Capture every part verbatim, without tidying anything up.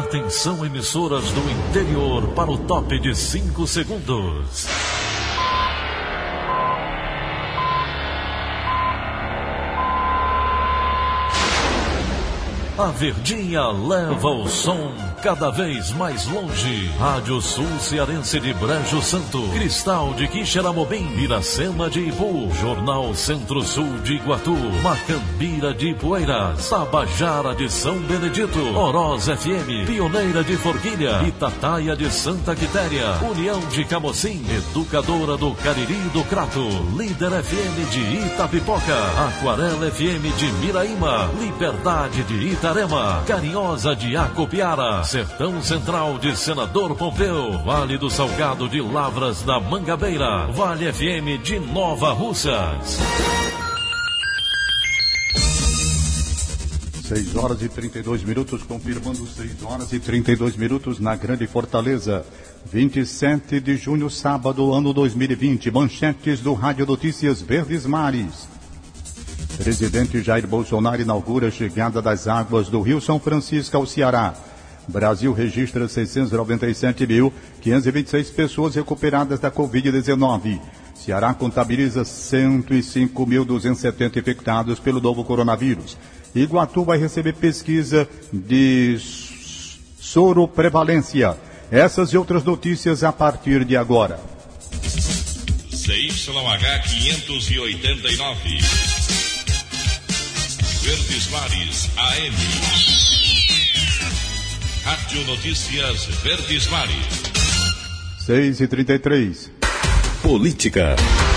Atenção, emissoras do interior, para o top de cinco segundos. A Verdinha leva o som cada vez mais longe. Rádio Sul Cearense de Brejo Santo, Cristal de Quixeramobim, Iracema de Ipu, Jornal Centro-Sul de Iguatu, Macambira de Poeiras, Tabajara de São Benedito, Oroz F M, Pioneira de Forquilha, Itataia de Santa Quitéria, União de Camocim, Educadora do Cariri do Crato, Líder F M de Itapipoca, Aquarela F M de Miraíma, Liberdade de Ita Itarema, Carinhosa de Acopiara, Sertão Central de Senador Pompeu, Vale do Salgado de Lavras da Mangabeira, Vale F M de Nova Russas. seis horas e trinta e dois minutos, confirmando seis horas e trinta e dois minutos na Grande Fortaleza. vinte e sete de junho, sábado, ano dois mil e vinte. Manchetes do Rádio Notícias Verdes Mares. Presidente Jair Bolsonaro inaugura a chegada das águas do Rio São Francisco ao Ceará. Brasil registra seiscentos e noventa e sete mil, quinhentas e vinte e seis pessoas recuperadas da covid dezenove. Ceará contabiliza cento e cinco mil duzentos e setenta infectados pelo novo coronavírus. Iguatu vai receber pesquisa de soroprevalência. Essas e outras notícias a partir de agora. C Y H quinhentos e oitenta e nove. Verdes Mares A M. Rádio Notícias Verdes Mares. seis e trinta e três. Política.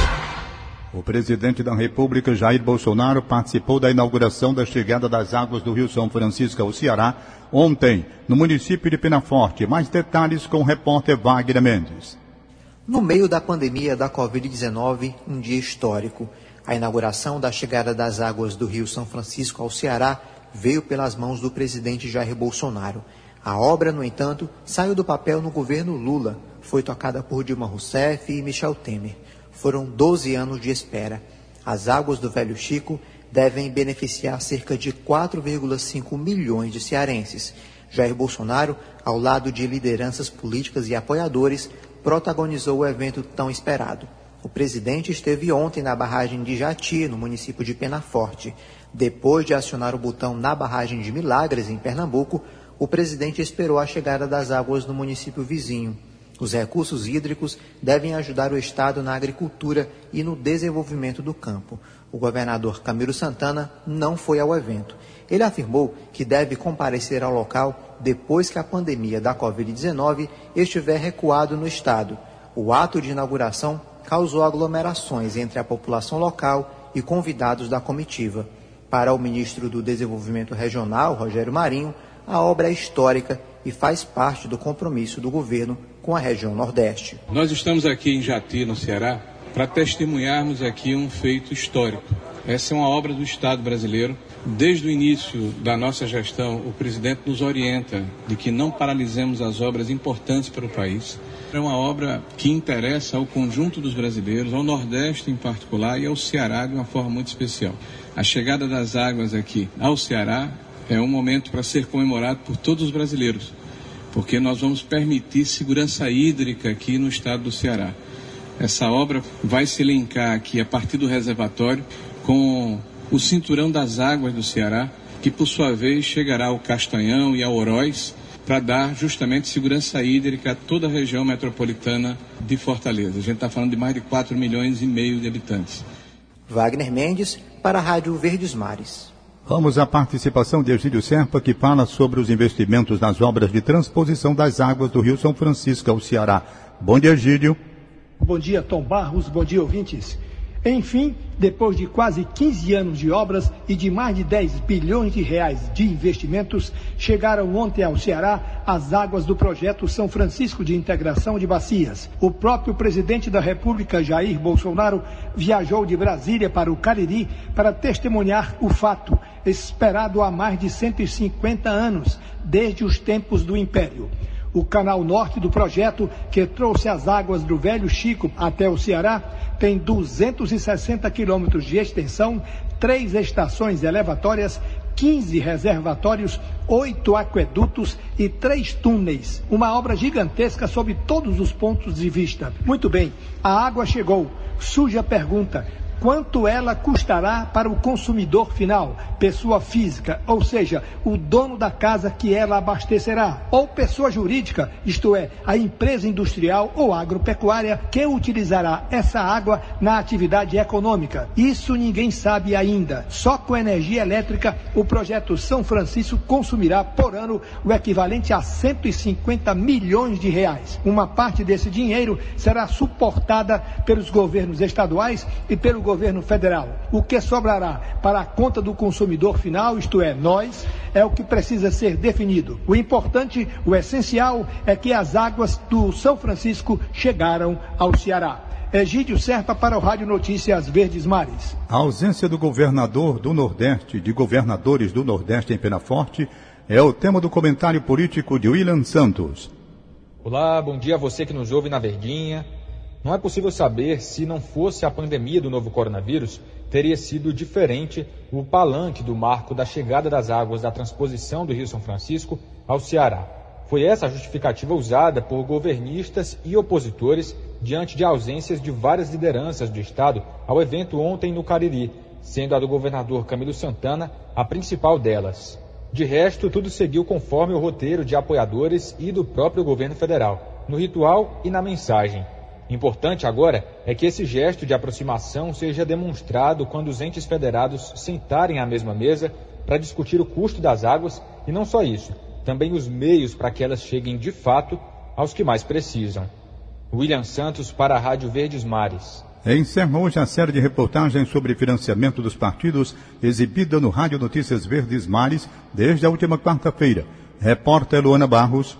O presidente da República, Jair Bolsonaro, participou da inauguração da chegada das águas do Rio São Francisco ao Ceará ontem, no município de Penaforte. Mais detalhes com o repórter Wagner Mendes. No meio da pandemia da covid dezenove, um dia histórico. A inauguração da chegada das águas do Rio São Francisco ao Ceará veio pelas mãos do presidente Jair Bolsonaro. A obra, no entanto, saiu do papel no governo Lula. Foi tocada por Dilma Rousseff e Michel Temer. Foram doze anos de espera. As águas do Velho Chico devem beneficiar cerca de quatro vírgula cinco milhões de cearenses. Jair Bolsonaro, ao lado de lideranças políticas e apoiadores, protagonizou o evento tão esperado. O presidente esteve ontem na barragem de Jati, no município de Penaforte. Depois de acionar o botão na barragem de Milagres, em Pernambuco, o presidente esperou a chegada das águas no município vizinho. Os recursos hídricos devem ajudar o Estado na agricultura e no desenvolvimento do campo. O governador Camilo Santana não foi ao evento. Ele afirmou que deve comparecer ao local depois que a pandemia da covid dezenove estiver recuado no Estado. O ato de inauguração causou aglomerações entre a população local e convidados da comitiva. Para o ministro do Desenvolvimento Regional, Rogério Marinho, a obra é histórica e faz parte do compromisso do governo com a região Nordeste. Nós estamos aqui em Jati, no Ceará, para testemunharmos aqui um feito histórico. Essa é uma obra do Estado brasileiro. Desde o início da nossa gestão, o presidente nos orienta de que não paralisemos as obras importantes para o país. É uma obra que interessa ao conjunto dos brasileiros, ao Nordeste em particular e ao Ceará de uma forma muito especial. A chegada das águas aqui ao Ceará é um momento para ser comemorado por todos os brasileiros, porque nós vamos permitir segurança hídrica aqui no estado do Ceará. Essa obra vai se linkar aqui a partir do reservatório com o cinturão das águas do Ceará, que por sua vez chegará ao Castanhão e ao Oroz, para dar justamente segurança hídrica a toda a região metropolitana de Fortaleza. A gente está falando de mais de quatro milhões e meio de habitantes. Wagner Mendes, para a Rádio Verdes Mares. Vamos à participação de Egídio Serpa, que fala sobre os investimentos nas obras de transposição das águas do Rio São Francisco ao Ceará. Bom dia, Egídio. Bom dia, Tom Barros. Bom dia, ouvintes. Enfim, depois de quase quinze anos de obras e de mais de dez bilhões de reais de investimentos, chegaram ontem ao Ceará as águas do projeto São Francisco de Integração de Bacias. O próprio presidente da República, Jair Bolsonaro, viajou de Brasília para o Cariri para testemunhar o fato, esperado há mais de cento e cinquenta anos, desde os tempos do Império. O canal norte do projeto, que trouxe as águas do Velho Chico até o Ceará, tem duzentos e sessenta quilômetros de extensão, três estações elevatórias, quinze reservatórios, oito aquedutos e três túneis. Uma obra gigantesca sob todos os pontos de vista. Muito bem, a água chegou. Surge a pergunta: quanto ela custará para o consumidor final, pessoa física, ou seja, o dono da casa que ela abastecerá, ou pessoa jurídica, isto é, a empresa industrial ou agropecuária que utilizará essa água na atividade econômica? Isso ninguém sabe ainda. Só com energia elétrica, o projeto São Francisco consumirá por ano o equivalente a cento e cinquenta milhões de reais. Uma parte desse dinheiro será suportada pelos governos estaduais e pelo governo governo federal. O que sobrará para a conta do consumidor final, isto é, nós, é o que precisa ser definido. O importante, o essencial, é que as águas do São Francisco chegaram ao Ceará. Egídio Serpa para o Rádio Notícias Verdes Mares. A ausência do governador do Nordeste, de governadores do Nordeste em Penaforte, é o tema do comentário político de William Santos. Olá, bom dia a você que nos ouve na Verdinha. Não é possível saber se não fosse a pandemia do novo coronavírus, teria sido diferente o palanque do marco da chegada das águas da transposição do Rio São Francisco ao Ceará. Foi essa a justificativa usada por governistas e opositores diante de ausências de várias lideranças do Estado ao evento ontem no Cariri, sendo a do governador Camilo Santana a principal delas. De resto, tudo seguiu conforme o roteiro de apoiadores e do próprio governo federal, no ritual e na mensagem. Importante agora é que esse gesto de aproximação seja demonstrado quando os entes federados sentarem à mesma mesa para discutir o custo das águas e não só isso, também os meios para que elas cheguem de fato aos que mais precisam. William Santos para a Rádio Verdes Mares. Encerra hoje a série de reportagens sobre financiamento dos partidos exibida no Rádio Notícias Verdes Mares desde a última quarta-feira. Repórter Luana Barros.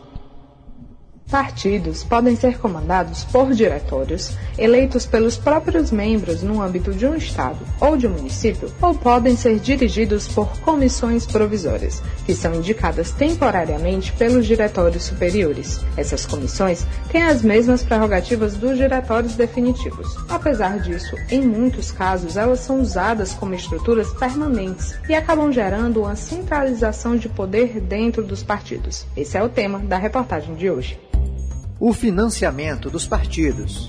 Partidos podem ser comandados por diretórios, eleitos pelos próprios membros no âmbito de um estado ou de um município, ou podem ser dirigidos por comissões provisórias, que são indicadas temporariamente pelos diretórios superiores. Essas comissões têm as mesmas prerrogativas dos diretórios definitivos. Apesar disso, em muitos casos, elas são usadas como estruturas permanentes e acabam gerando uma centralização de poder dentro dos partidos. Esse é o tema da reportagem de hoje. O financiamento dos partidos.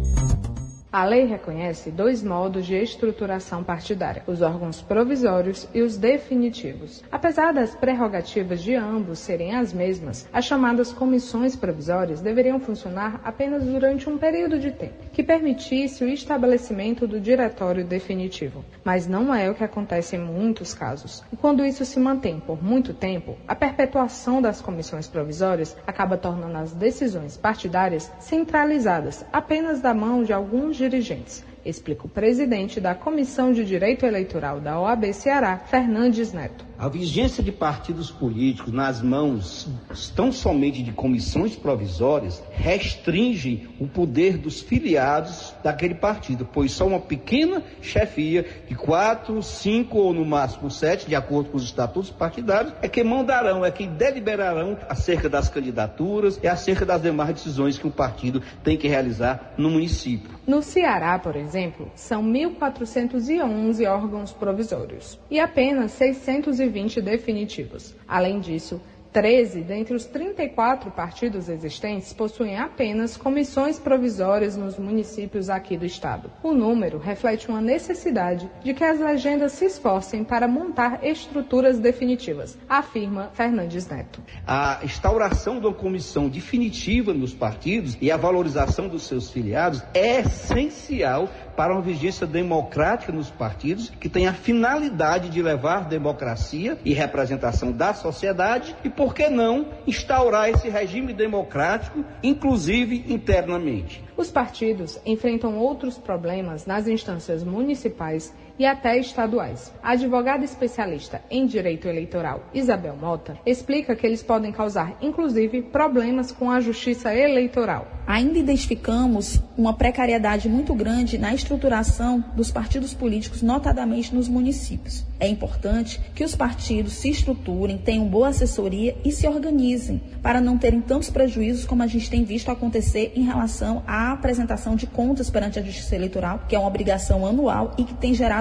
A lei reconhece dois modos de estruturação partidária, os órgãos provisórios e os definitivos. Apesar das prerrogativas de ambos serem as mesmas, as chamadas comissões provisórias deveriam funcionar apenas durante um período de tempo, que permitisse o estabelecimento do diretório definitivo. Mas não é o que acontece em muitos casos. E quando isso se mantém por muito tempo, a perpetuação das comissões provisórias acaba tornando as decisões partidárias centralizadas apenas da mão de alguns dirigentes, explica o presidente da Comissão de Direito Eleitoral da O A B Ceará, Fernandes Neto. A vigência de partidos políticos nas mãos tão somente de comissões provisórias restringe o poder dos filiados daquele partido, pois só uma pequena chefia de quatro, cinco ou no máximo sete, de acordo com os estatutos partidários, é quem mandarão, é quem deliberarão acerca das candidaturas e acerca das demais decisões que o partido tem que realizar no município. No Ceará, por exemplo, são mil quatrocentos e onze órgãos provisórios e apenas seiscentos e vinte definitivos. Além disso, treze dentre os trinta e quatro partidos existentes possuem apenas comissões provisórias nos municípios aqui do estado. O número reflete uma necessidade de que as legendas se esforcem para montar estruturas definitivas, afirma Fernandes Neto. A instauração de uma comissão definitiva nos partidos e a valorização dos seus filiados é essencial para uma vigência democrática nos partidos, que tem a finalidade de levar democracia e representação da sociedade e, por que não, instaurar esse regime democrático, inclusive internamente. Os partidos enfrentam outros problemas nas instâncias municipais e até estaduais. A advogada especialista em direito eleitoral, Isabel Mota, explica que eles podem causar, inclusive, problemas com a justiça eleitoral. Ainda identificamos uma precariedade muito grande na estruturação dos partidos políticos, notadamente nos municípios. É importante que os partidos se estruturem, tenham boa assessoria e se organizem para não terem tantos prejuízos como a gente tem visto acontecer em relação à apresentação de contas perante a Justiça Eleitoral, que é uma obrigação anual e que tem gerado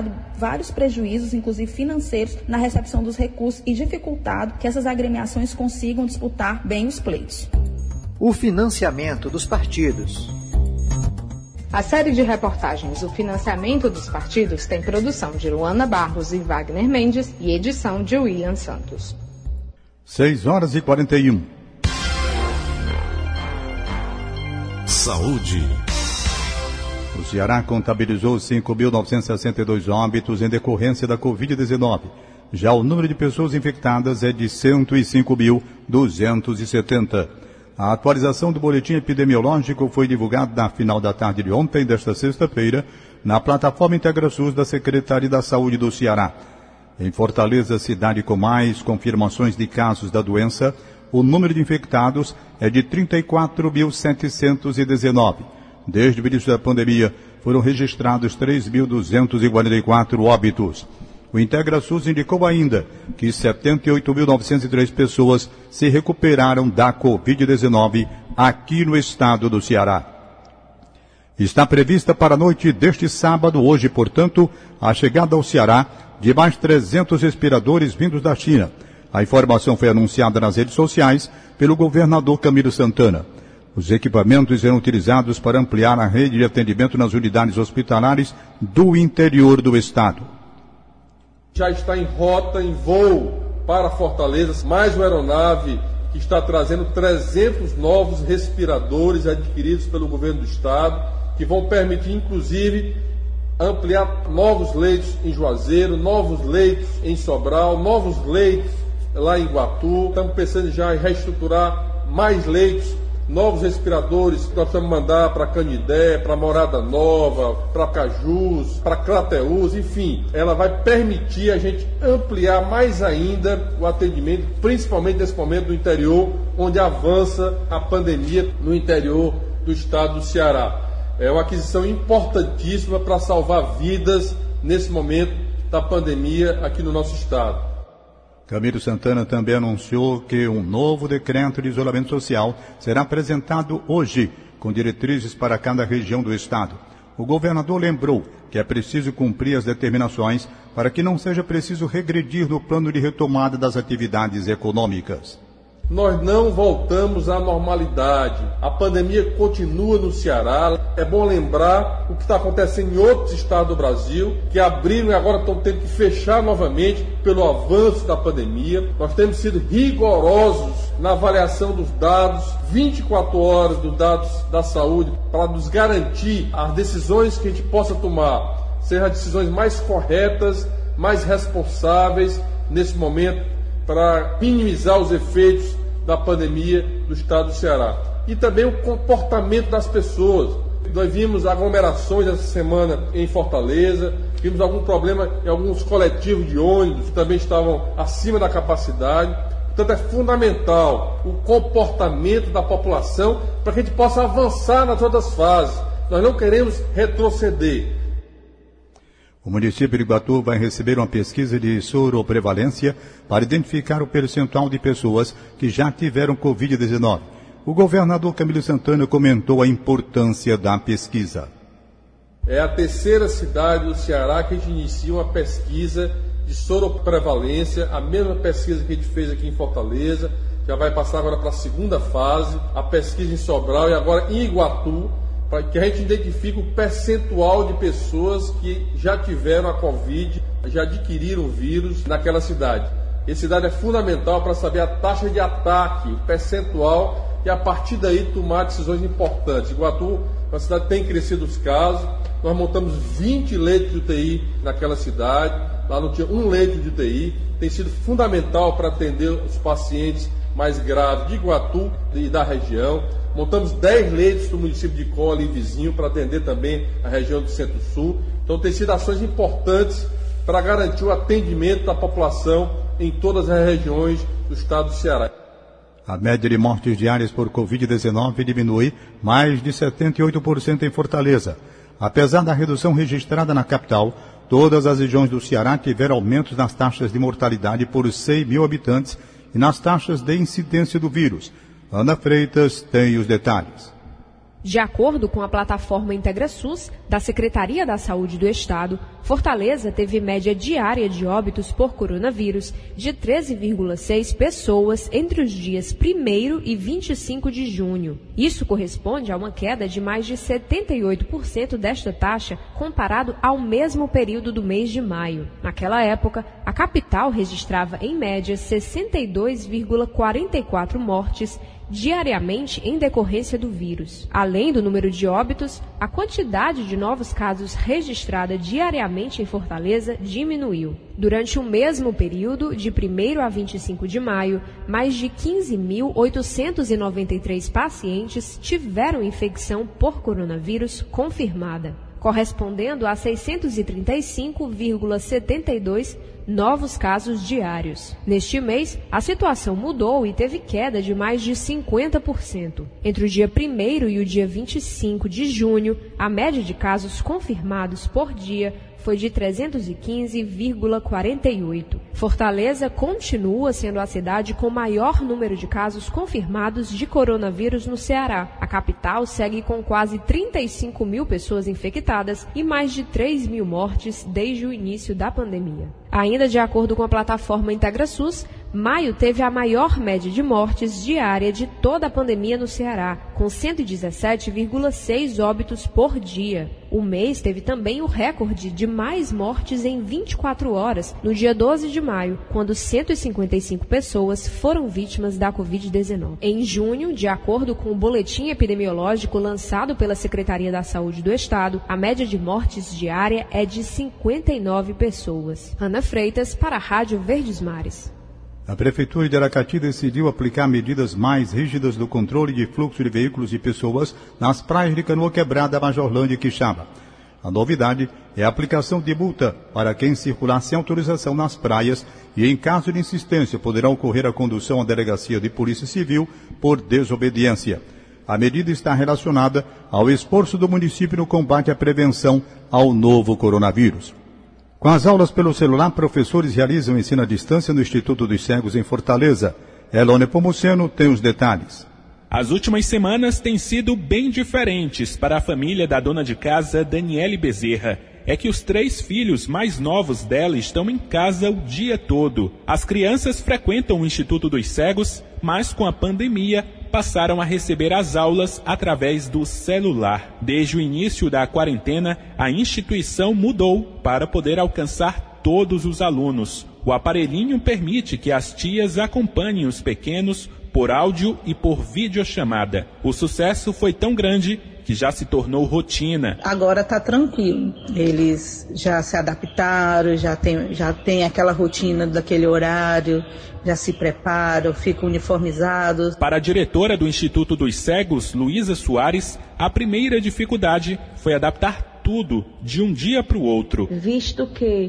gerado vários prejuízos, inclusive financeiros, na recepção dos recursos e dificultado que essas agremiações consigam disputar bem os pleitos. O financiamento dos partidos. A série de reportagens O Financiamento dos Partidos tem produção de Luana Barros e Wagner Mendes e edição de William Santos. seis horas e quarenta e um. Saúde. O Ceará contabilizou cinco mil novecentos e sessenta e dois óbitos em decorrência da covid dezenove. Já o número de pessoas infectadas é de cento e cinco mil duzentos e setenta. A atualização do boletim epidemiológico foi divulgada na final da tarde de ontem, desta sexta-feira, na plataforma IntegraSUS da Secretaria da Saúde do Ceará. Em Fortaleza, cidade com mais confirmações de casos da doença, o número de infectados é de trinta e quatro mil setecentos e dezenove. Desde o início da pandemia, foram registrados três mil duzentos e quarenta e quatro óbitos. O IntegraSUS indicou ainda que setenta e oito mil novecentas e três pessoas se recuperaram da covid dezenove aqui no estado do Ceará. Está prevista para a noite deste sábado, hoje, portanto, a chegada ao Ceará de mais trezentos respiradores vindos da China. A informação foi anunciada nas redes sociais pelo governador Camilo Santana. Os equipamentos serão utilizados para ampliar a rede de atendimento nas unidades hospitalares do interior do estado. Já está em rota, em voo para Fortaleza, mais uma aeronave que está trazendo trezentos novos respiradores adquiridos pelo governo do estado, que vão permitir, inclusive, ampliar novos leitos em Juazeiro, novos leitos em Sobral, novos leitos lá em Iguatu. Estamos pensando já em reestruturar mais leitos, novos respiradores que nós precisamos mandar para Canidé, para Morada Nova, para Cajus, para Crateús, enfim. Ela vai permitir a gente ampliar mais ainda o atendimento, principalmente nesse momento do interior, onde avança a pandemia no interior do estado do Ceará. É uma aquisição importantíssima para salvar vidas nesse momento da pandemia aqui no nosso estado. Camilo Santana também anunciou que um novo decreto de isolamento social será apresentado hoje, com diretrizes para cada região do estado. O governador lembrou que é preciso cumprir as determinações para que não seja preciso regredir no plano de retomada das atividades econômicas. Nós não voltamos à normalidade. A pandemia continua no Ceará. É bom lembrar o que está acontecendo em outros estados do Brasil, que abriram e agora estão tendo que fechar novamente pelo avanço da pandemia. Nós temos sido rigorosos na avaliação dos dados, vinte e quatro horas dos dados da saúde, para nos garantir as decisões que a gente possa tomar, sejam as decisões mais corretas, mais responsáveis nesse momento, para minimizar os efeitos da pandemia do estado do Ceará. E também o comportamento das pessoas. Nós vimos aglomerações essa semana em Fortaleza, vimos algum problema em alguns coletivos de ônibus que também estavam acima da capacidade. Portanto, é fundamental o comportamento da população para que a gente possa avançar nas outras fases. Nós não queremos retroceder. O município de Iguatu vai receber uma pesquisa de soroprevalência para identificar o percentual de pessoas que já tiveram covid dezenove. O governador Camilo Santana comentou a importância da pesquisa. É a terceira cidade do Ceará que a gente inicia uma pesquisa de soroprevalência, a mesma pesquisa que a gente fez aqui em Fortaleza, já vai passar agora para a segunda fase, a pesquisa em Sobral e agora em Iguatu, para que a gente identifique o percentual de pessoas que já tiveram a Covid, já adquiriram o vírus naquela cidade. Essa cidade é fundamental para saber a taxa de ataque, o percentual, e a partir daí tomar decisões importantes. Iguatu, a cidade tem crescido os casos, nós montamos vinte leitos de U T I naquela cidade, lá não tinha um leito de U T I, tem sido fundamental para atender os pacientes mais graves de Iguatu e da região. Montamos dez leitos do município de Cola e vizinho para atender também a região do Centro-Sul. Então tem sido ações importantes para garantir o atendimento da população em todas as regiões do estado do Ceará. A média de mortes diárias por covid dezenove diminui mais de setenta e oito por cento em Fortaleza. Apesar da redução registrada na capital, todas as regiões do Ceará tiveram aumentos nas taxas de mortalidade por cem mil habitantes e nas taxas de incidência do vírus. Ana Freitas tem os detalhes. De acordo com a plataforma IntegraSUS da Secretaria da Saúde do Estado, Fortaleza teve média diária de óbitos por coronavírus de treze vírgula seis pessoas entre os dias primeiro e vinte e cinco de junho. Isso corresponde a uma queda de mais de setenta e oito por cento desta taxa comparado ao mesmo período do mês de maio. Naquela época, a capital registrava em média sessenta e dois vírgula quarenta e quatro mortes diariamente em decorrência do vírus. Além do número de óbitos, a quantidade de novos casos registrada diariamente em Fortaleza diminuiu. Durante o mesmo período, de primeiro a vinte e cinco de maio, mais de quinze mil oitocentos e noventa e três pacientes tiveram infecção por coronavírus confirmada, correspondendo a seiscentos e trinta e cinco vírgula setenta e dois novos casos diários. Neste mês, a situação mudou e teve queda de mais de cinquenta por cento. Entre o dia primeiro e o dia vinte e cinco de junho, a média de casos confirmados por dia foi de trezentos e quinze vírgula quarenta e oito. Fortaleza continua sendo a cidade com maior número de casos confirmados de coronavírus no Ceará. A capital segue com quase trinta e cinco mil pessoas infectadas e mais de três mil mortes desde o início da pandemia. Ainda de acordo com a plataforma IntegraSUS, maio teve a maior média de mortes diária de toda a pandemia no Ceará, com cento e dezessete vírgula seis óbitos por dia. O mês teve também o recorde de mais mortes em vinte e quatro horas, no dia doze de maio, quando cento e cinquenta e cinco pessoas foram vítimas da covid dezenove. Em junho, de acordo com o boletim epidemiológico lançado pela Secretaria da Saúde do Estado, a média de mortes diária é de cinquenta e nove pessoas. Ana Freitas, para a Rádio Verdes Mares. A Prefeitura de Aracati decidiu aplicar medidas mais rígidas do controle de fluxo de veículos e pessoas nas praias de Canoa Quebrada, Majorlândia e Quixaba. A novidade é a aplicação de multa para quem circular sem autorização nas praias e, em caso de insistência, poderá ocorrer a condução à delegacia de Polícia Civil por desobediência. A medida está relacionada ao esforço do município no combate à prevenção ao novo coronavírus. Com as aulas pelo celular, professores realizam ensino à distância no Instituto dos Cegos em Fortaleza. Elone Pomuceno tem os detalhes. As últimas semanas têm sido bem diferentes para a família da dona de casa Daniele Bezerra. É que os três filhos mais novos dela estão em casa o dia todo. As crianças frequentam o Instituto dos Cegos, mas com a pandemia passaram a receber as aulas através do celular. Desde o início da quarentena, a instituição mudou para poder alcançar todos os alunos. O aparelhinho permite que as tias acompanhem os pequenos por áudio e por videochamada. O sucesso foi tão grande que já se tornou rotina. Agora está tranquilo. Eles já se adaptaram, já tem, já tem aquela rotina daquele horário, já se preparam, ficam uniformizados. Para a diretora do Instituto dos Cegos, Luísa Soares, a primeira dificuldade foi adaptar tudo de um dia para o outro. Visto que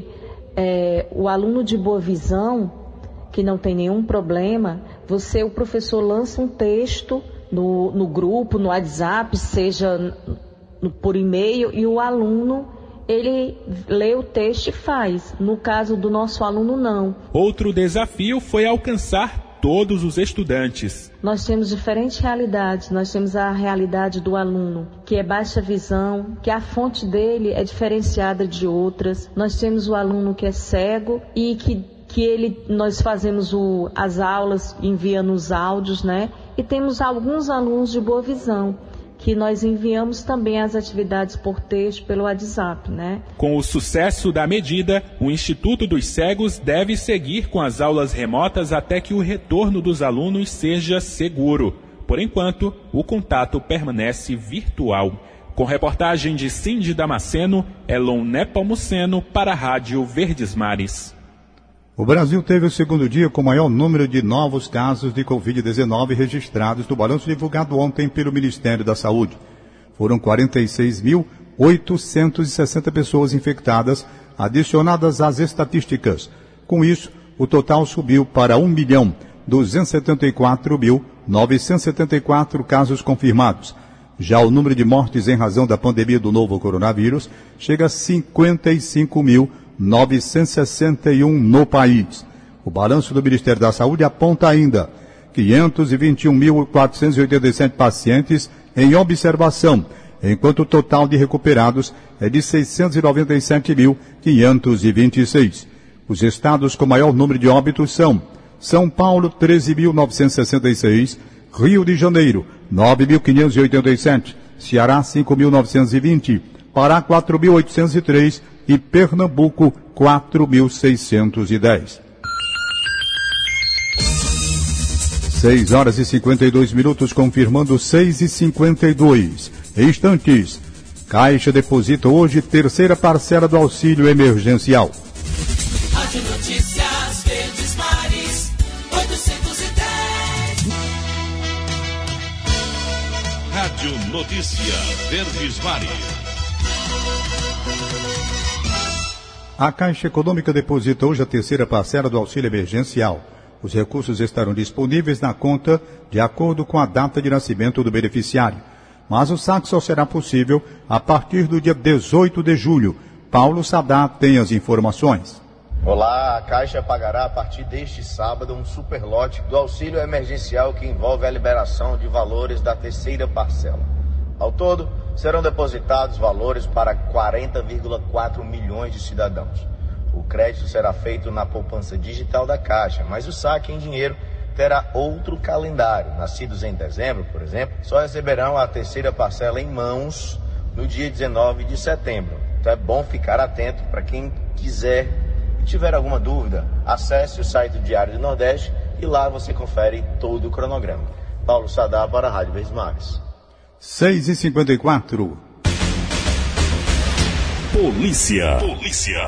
é, o aluno de boa visão, que não tem nenhum problema, você, o professor, lança um texto no, no grupo, no WhatsApp, seja no, por e-mail, e o aluno, ele lê o texto e faz. No caso do nosso aluno, não. Outro desafio foi alcançar todos os estudantes. Nós temos diferentes realidades. Nós temos a realidade do aluno, que é baixa visão, que a fonte dele é diferenciada de outras. Nós temos o aluno que é cego e que, que ele, nós fazemos o, as aulas enviando os áudios, né? E temos alguns alunos de boa visão, que nós enviamos também as atividades por texto pelo WhatsApp, né? Com o sucesso da medida, o Instituto dos Cegos deve seguir com as aulas remotas até que o retorno dos alunos seja seguro. Por enquanto, o contato permanece virtual. Com reportagem de Cindy Damasceno, Elon Nepomuceno para a Rádio Verdes Mares. O Brasil teve o segundo dia com o maior número de novos casos de covid dezenove registrados no balanço divulgado ontem pelo Ministério da Saúde. Foram quarenta e seis mil oitocentas e sessenta pessoas infectadas, adicionadas às estatísticas. Com isso, o total subiu para um milhão duzentos e setenta e quatro mil novecentos e setenta e quatro casos confirmados. Já o número de mortes em razão da pandemia do novo coronavírus chega a cinquenta e cinco mil novecentos e sessenta e um no país. O balanço do Ministério da Saúde aponta ainda quinhentos e vinte e um mil quatrocentos e oitenta e sete pacientes em observação, enquanto o total de recuperados é de seiscentos e noventa e sete mil, quinhentos e vinte e seis. Os estados com maior número de óbitos são São Paulo, treze mil novecentos e sessenta e seis, Rio de Janeiro, nove mil quinhentos e oitenta e sete, Ceará, cinco mil novecentos e vinte, Pará, quatro mil oitocentos e três e Pernambuco, quatro mil seiscentos e dez. seis horas e cinquenta e dois minutos, confirmando seis e cinquenta e dois. Instantes. Caixa deposita hoje terceira parcela do auxílio emergencial. Rádio Notícias Verdes Mares, oitocentos e dez. Rádio Notícia Verdes Mares. A Caixa Econômica deposita hoje a terceira parcela do auxílio emergencial. Os recursos estarão disponíveis na conta de acordo com a data de nascimento do beneficiário. Mas o saque só será possível a partir do dia dezoito de julho. Paulo Sadá tem as informações. Olá, a Caixa pagará a partir deste sábado um superlote do auxílio emergencial que envolve a liberação de valores da terceira parcela. Ao todo, serão depositados valores para quarenta vírgula quatro milhões de cidadãos. O crédito será feito na poupança digital da Caixa, mas o saque em dinheiro terá outro calendário. Nascidos em dezembro, por exemplo, só receberão a terceira parcela em mãos no dia dezenove de setembro. Então é bom ficar atento. Para quem quiser e tiver alguma dúvida, acesse o site do Diário do Nordeste e lá você confere todo o cronograma. Paulo Sadá para a Rádio Verdes Mares. seis e cinquenta e quatro. Polícia. Polícia.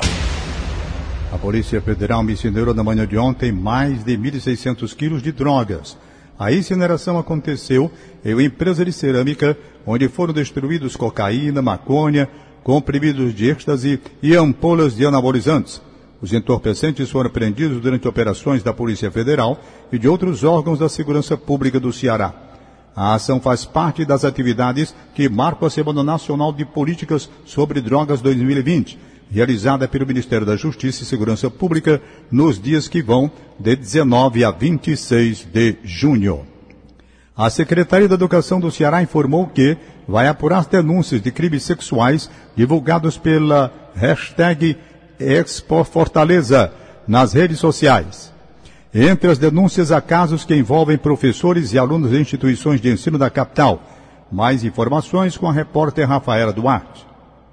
A Polícia Federal me incinerou na manhã de ontem mais de mil e seiscentos quilos de drogas. A incineração aconteceu em uma empresa de cerâmica, onde foram destruídos cocaína, maconha, comprimidos de êxtase e ampolas de anabolizantes. Os entorpecentes foram apreendidos durante operações da Polícia Federal e de outros órgãos da Segurança Pública do Ceará. A ação faz parte das atividades que marcam a Semana Nacional de Políticas sobre Drogas dois mil e vinte, realizada pelo Ministério da Justiça e Segurança Pública nos dias que vão de dezenove a vinte e seis de junho. A Secretaria da Educação do Ceará informou que vai apurar as denúncias de crimes sexuais divulgados pela hashtag Expo Fortaleza nas redes sociais. Entre as denúncias há casos que envolvem professores e alunos de instituições de ensino da capital. Mais informações com a repórter Rafaela Duarte.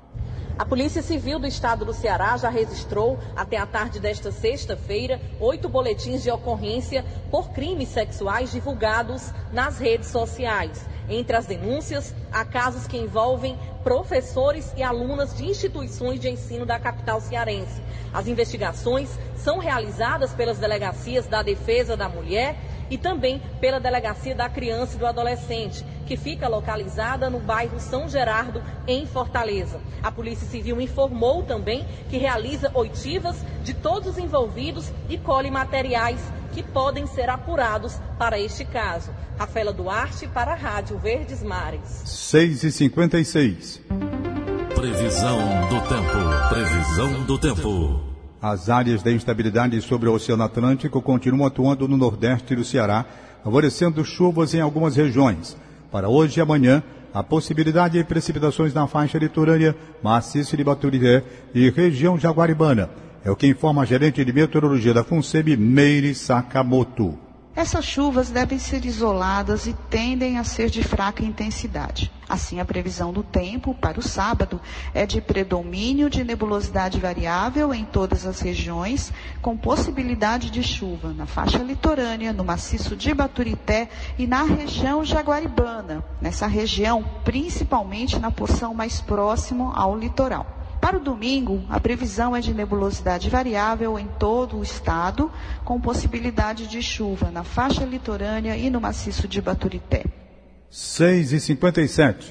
A Polícia Civil do Estado do Ceará já registrou, até a tarde desta sexta-feira, oito boletins de ocorrência por crimes sexuais divulgados nas redes sociais. Entre as denúncias, há casos que envolvem professores e alunas de instituições de ensino da capital cearense. As investigações são realizadas pelas delegacias da Defesa da Mulher e também pela Delegacia da Criança e do Adolescente, que fica localizada no bairro São Gerardo, em Fortaleza. A Polícia Civil informou também que realiza oitivas de todos os envolvidos e colhe materiais que podem ser apurados para este caso. Rafaela Duarte para a Rádio Verdes Mares. seis e cinquenta e seis. Previsão do tempo. Previsão do tempo. As áreas de instabilidade sobre o Oceano Atlântico continuam atuando no nordeste do Ceará, favorecendo chuvas em algumas regiões. Para hoje e amanhã, a possibilidade de precipitações na faixa litorânea, maciço de Baturité e região jaguaribana. É o que informa a gerente de meteorologia da FUNSEMI, Meire Sakamoto. Essas chuvas devem ser isoladas e tendem a ser de fraca intensidade. Assim, a previsão do tempo para o sábado é de predomínio de nebulosidade variável em todas as regiões, com possibilidade de chuva na faixa litorânea, no maciço de Baturité e na região jaguaribana. Nessa região, principalmente na porção mais próxima ao litoral. Para o domingo, a previsão é de nebulosidade variável em todo o estado, com possibilidade de chuva na faixa litorânea e no maciço de Baturité. seis e cinquenta e sete.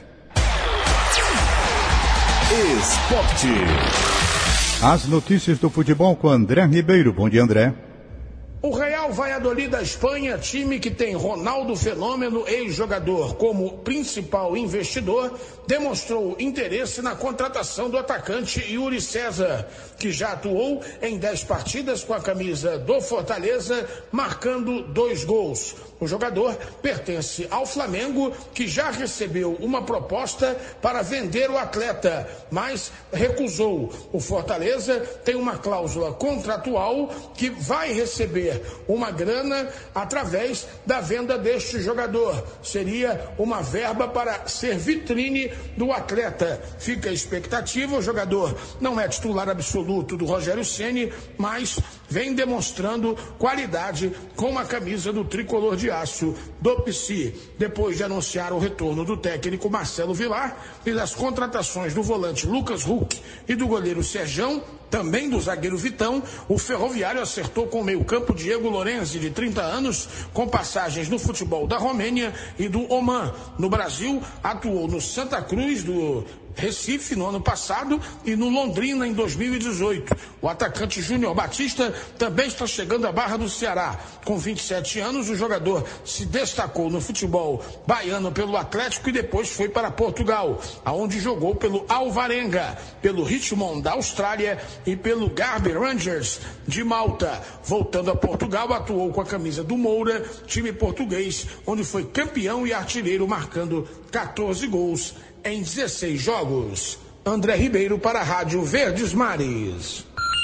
Esporte. As notícias do futebol com André Ribeiro. Bom dia, André. O Real Real Valladolid da Espanha, time que tem Ronaldo Fenômeno, ex-jogador, como principal investidor, demonstrou interesse na contratação do atacante Yuri César, que já atuou em dez partidas com a camisa do Fortaleza, marcando dois gols. O jogador pertence ao Flamengo, que já recebeu uma proposta para vender o atleta, mas recusou. O Fortaleza tem uma cláusula contratual que vai receber uma grana através da venda deste jogador. Seria uma verba para ser vitrine do atleta. Fica a expectativa, o jogador não é titular absoluto do Rogério Ceni, mas vem demonstrando qualidade com a camisa do tricolor de aço do P S I. Depois de anunciar o retorno do técnico Marcelo Vilar e das contratações do volante Lucas Huck e do goleiro Serjão, também do zagueiro Vitão, o Ferroviário acertou com o meio-campo Diego Lorenzi, de trinta anos, com passagens no futebol da Romênia e do Oman. No Brasil, atuou no Santa Cruz do Recife no ano passado e no Londrina em dois mil e dezoito. O atacante Júnior Batista também está chegando à Barra do Ceará. Com vinte e sete anos, o jogador se destacou no futebol baiano pelo Atlético e depois foi para Portugal, aonde jogou pelo Alvarenga, pelo Richmond da Austrália e pelo Derby Rangers de Malta. Voltando a Portugal, atuou com a camisa do Moura, time português, onde foi campeão e artilheiro, marcando quatorze gols em dezesseis jogos. André Ribeiro para a Rádio Verdes Mares.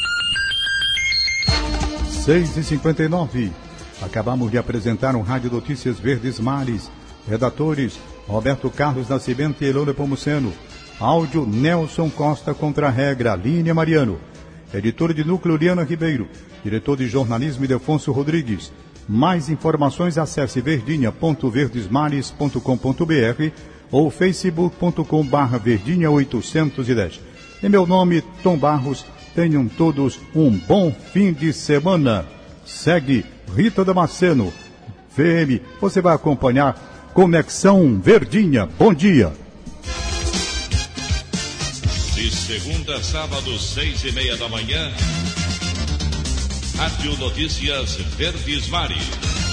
seis e cinquenta e nove. Acabamos de apresentar um Rádio Notícias Verdes Mares. Redatores Roberto Carlos Nascimento e Elô Nepomuceno. Áudio Nelson Costa contra a regra, Línia Mariano. Editor de núcleo Liana Ribeiro. Diretor de jornalismo Ildefonso Rodrigues. Mais informações acesse verdinha ponto verdesmares ponto com ponto br ou facebook ponto com barra verdinha oitocentos e dez. Em meu nome, Tom Barros, tenham todos um bom fim de semana. Segue Rita Damasceno, V M, você vai acompanhar Conexão Verdinha. Bom dia. De segunda a sábado, seis e meia da manhã, Rádio Notícias Verdes Mares.